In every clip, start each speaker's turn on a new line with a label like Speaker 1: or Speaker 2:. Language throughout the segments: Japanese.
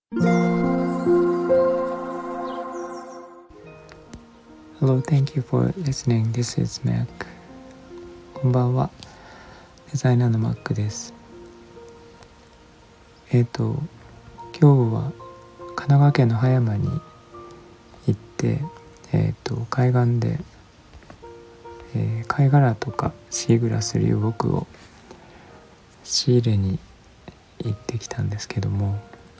Speaker 1: Hello, thank you for listening. This is Mac. こんばんは。デザイナーの Mac です。今日は神奈川県の葉山に行って、海岸で、貝殻とかシーグラス流木を仕入れに行ってきたんですけども、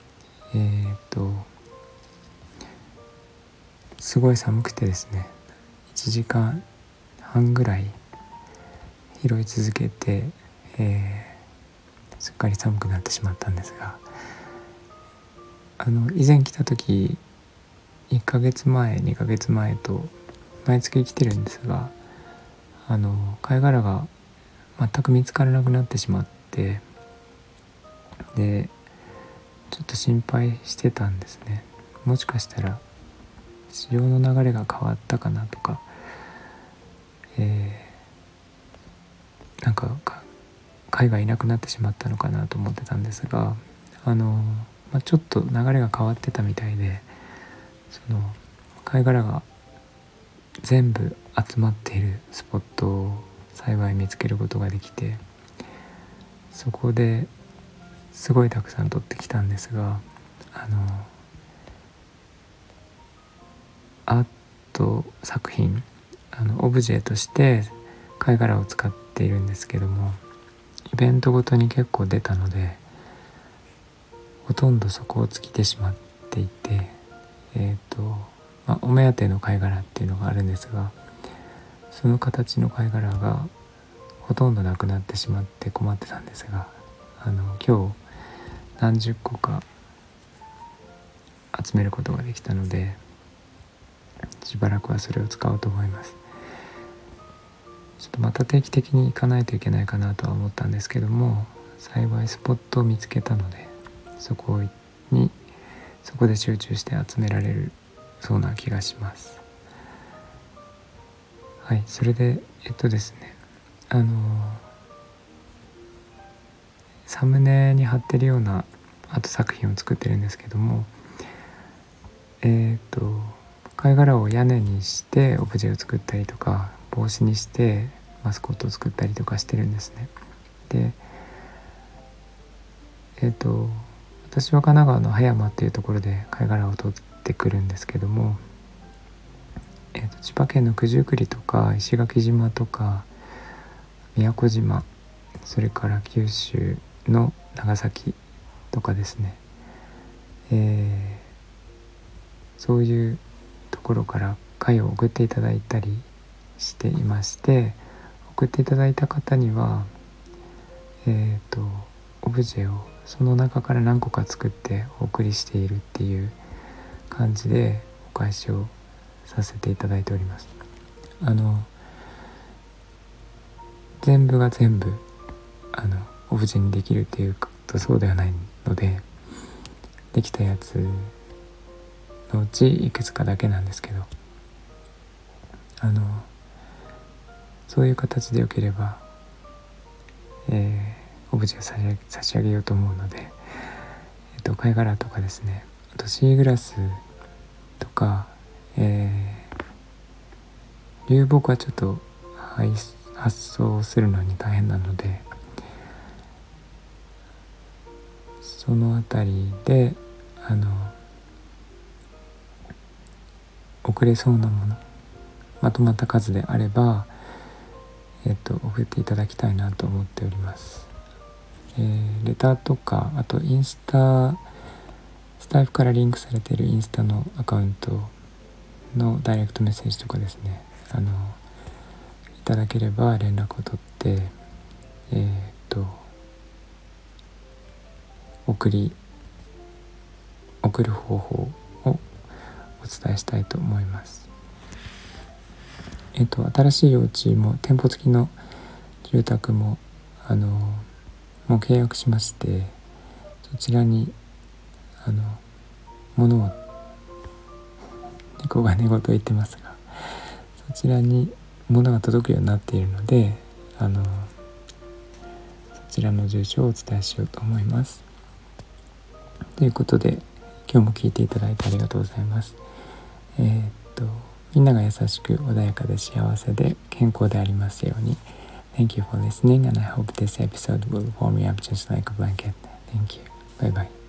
Speaker 1: すごい寒くてですね、1時間半ぐらい拾い続けて、すっかり寒くなってしまったんですが、以前来た時1ヶ月前2ヶ月前と毎月来てるんですが、貝殻が全く見つからなくなってしまって、でちょっと心配してたんですね。もしかしたら潮の流れが変わったかなとか、なんか貝がいなくなってしまったのかなと思ってたんですが、ちょっと流れが変わってたみたいで、その貝殻が全部集まっているスポットを幸い見つけることができて、そこですごいたくさん取ってきたんですが、アート作品、オブジェとして貝殻を使っているんですけども、イベントごとに結構出たので、ほとんどそこを尽きてしまっていて、お目当ての貝殻っていうのがあるんですが、その形の貝殻がほとんどなくなってしまって困ってたんですが、今日何十個か集めることができたので、しばらくはそれを使おうと思います。ちょっとまた定期的に行かないといけないかなとは思ったんですけども、幸いスポットを見つけたので、そこで集中して集められるそうな気がします。はい、それでですね、サムネに貼ってるようなアート作品を作ってるんですけども、貝殻を屋根にしてオブジェを作ったりとか、帽子にしてマスコットを作ったりとかしてるんですね。で、私は神奈川の葉山っていうところで貝殻を取ってくるんですけども、千葉県の九十九里とか石垣島とか宮古島、それから九州の長崎とかですね、そういうところから貝を送っていただいたりしていまして、送っていただいた方にはオブジェをその中から何個か作ってお送りしているっていう感じでお返しをさせていただいております。全部が全部オブジェにできるっていうとそうではないので、できたやつのうちいくつかだけなんですけど、そういう形でよければ、オブジェを差し上げようと思うので、貝殻とかですね、あとシーグラスとか、流木はちょっと発送するのに大変なので、そのあたりで送れそうなもの、まとまった数であれば、送っていただきたいなと思っております。レターとか、あとスタイフからリンクされているインスタのアカウントのダイレクトメッセージとかですね、いただければ連絡を取って、送る方法をお伝えしたいと思います。新しいお家も店舗付きの住宅ももう契約しまして、そちらに物を、猫が寝言言ってますが、そちらに物が届くようになっているので、そちらの住所をお伝えしようと思います。ということで、 今日も聞いていただいてありがとうございます。みんなが優しく穏やかで幸せで健康でありますように。Thank you for listening, and I hope this episode will warm you up just like a blanket. Thank you. Bye bye.